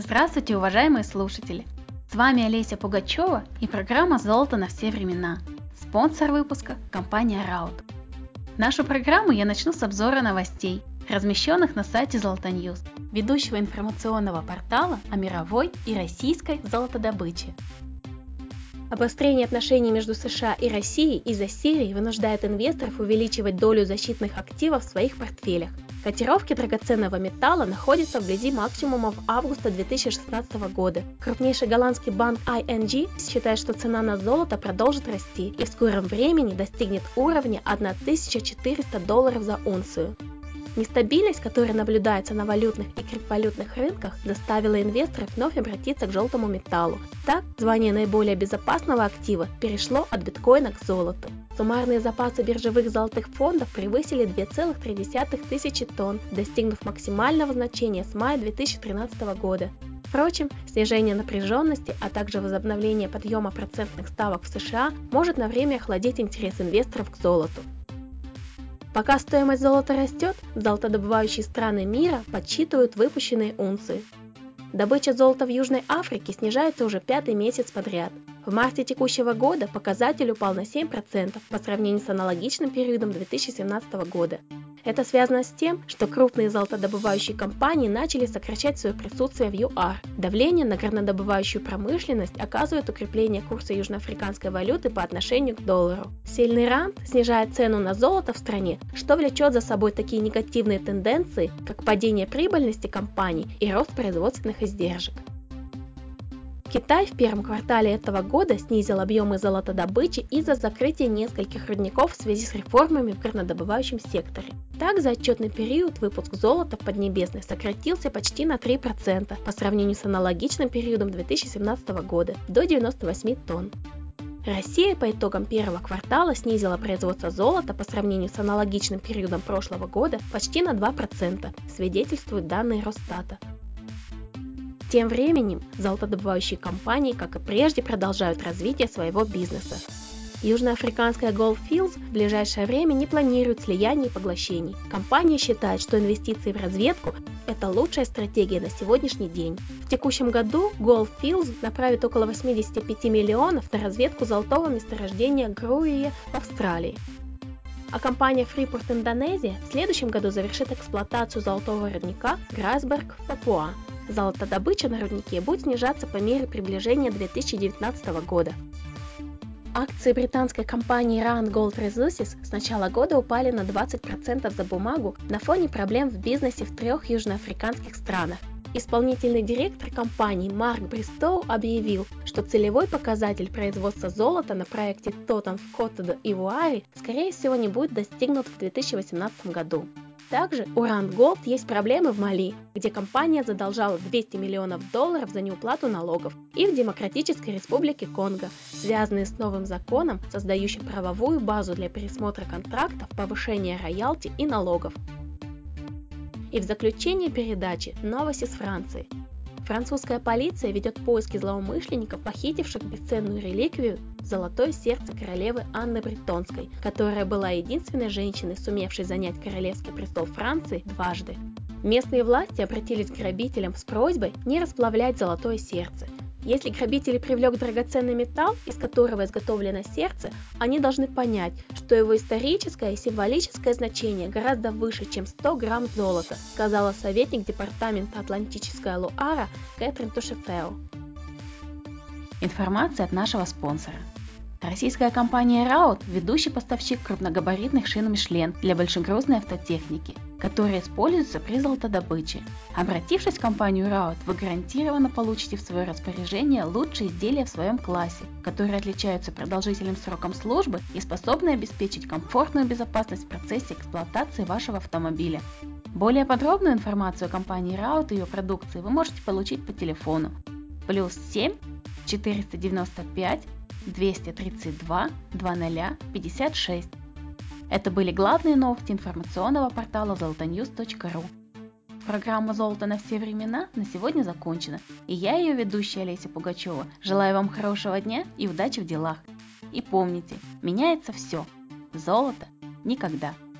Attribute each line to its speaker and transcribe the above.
Speaker 1: Здравствуйте, уважаемые слушатели! С вами Олеся Пугачева и программа «Золото на все времена». Спонсор выпуска – компания Раут. Нашу программу я начну с обзора новостей, размещенных на сайте Золотоньюз, ведущего информационного портала о мировой и российской золотодобыче.
Speaker 2: Обострение отношений между США и Россией из-за Сирии вынуждает инвесторов увеличивать долю защитных активов в своих портфелях. Котировки драгоценного металла находятся вблизи максимумов августа 2016 года. Крупнейший голландский банк ING считает, что цена на золото продолжит расти и в скором времени достигнет уровня $1400 за унцию. Нестабильность, которая наблюдается на валютных и криптовалютных рынках, заставила инвесторов вновь обратиться к желтому металлу. Так, звание наиболее безопасного актива перешло от биткоина к золоту. Суммарные запасы биржевых золотых фондов превысили 2,3 тысячи тонн, достигнув максимального значения с мая 2013 года. Впрочем, снижение напряженности, а также возобновление подъема процентных ставок в США может на время охладить интерес инвесторов к золоту. Пока стоимость золота растет, золотодобывающие страны мира подсчитывают выпущенные унции. Добыча золота в Южной Африке снижается уже 5-й месяц подряд. В марте текущего года показатель упал на 7% по сравнению с аналогичным периодом 2017 года. Это связано с тем, что крупные золотодобывающие компании начали сокращать свое присутствие в ЮАР. Давление на горнодобывающую промышленность оказывает укрепление курса южноафриканской валюты по отношению к доллару. Сильный ранд снижает цену на золото в стране, что влечет за собой такие негативные тенденции, как падение прибыльности компаний и рост производственных издержек. Китай в первом квартале этого года снизил объемы золотодобычи из-за закрытия нескольких рудников в связи с реформами в горнодобывающем секторе. Так, за отчетный период выпуск золота в Поднебесной сократился почти на 3% по сравнению с аналогичным периодом 2017 года до 98 тонн. Россия по итогам первого квартала снизила производство золота по сравнению с аналогичным периодом прошлого года почти на 2%, свидетельствуют данные Росстата. Тем временем золотодобывающие компании, как и прежде, продолжают развитие своего бизнеса. Южноафриканская Gold Fields в ближайшее время не планирует слияний и поглощений. Компания считает, что инвестиции в разведку – это лучшая стратегия на сегодняшний день. В текущем году Gold Fields направит около 85 миллионов на разведку золотого месторождения Груие в Австралии. А компания Freeport Индонезия в следующем году завершит эксплуатацию золотого рудника Грасберг в Папуа. Золотодобыча на руднике будет снижаться по мере приближения 2019 года. Акции британской компании Rand Gold Resources с начала года упали на 20% за бумагу на фоне проблем в бизнесе в 3 южноафриканских странах. Исполнительный директор компании Марк Бристоу объявил, что целевой показатель производства золота на проекте Тотан в Кото-д'Ивуаре скорее всего не будет достигнут в 2018 году. Также у Rand Gold есть проблемы в Мали, где компания задолжала $200 миллионов за неуплату налогов, и в Демократической Республике Конго, связанные с новым законом, создающим правовую базу для пересмотра контрактов, повышения роялти и налогов. И в заключение передачи новость из Франции. Французская полиция ведет поиски злоумышленников, похитивших бесценную реликвию «Золотое сердце королевы Анны Бретонской», которая была единственной женщиной, сумевшей занять королевский престол Франции дважды. Местные власти обратились к грабителям с просьбой не расплавлять золотое сердце. Если грабители привлек драгоценный металл, из которого изготовлено сердце, они должны понять, что его историческое и символическое значение гораздо выше, чем 100 грамм золота, сказала советник департамента Атлантическая Луара Кэтрин Тушефео.
Speaker 1: Информация от нашего спонсора. Российская компания Раут – ведущий поставщик крупногабаритных шин Мишлен для большегрузной автотехники, которые используются при золотодобыче. Обратившись в компанию Раут, вы гарантированно получите в свое распоряжение лучшие изделия в своем классе, которые отличаются продолжительным сроком службы и способны обеспечить комфортную безопасность в процессе эксплуатации вашего автомобиля. Более подробную информацию о компании Раут и ее продукции вы можете получить по телефону +7 495 232 0056. Это были главные новости информационного портала zolotonews.ru. Программа «Золото на все времена» на сегодня закончена, и я, ее ведущая Олеся Пугачева, желаю вам хорошего дня и удачи в делах. И помните, меняется все. Золото никогда.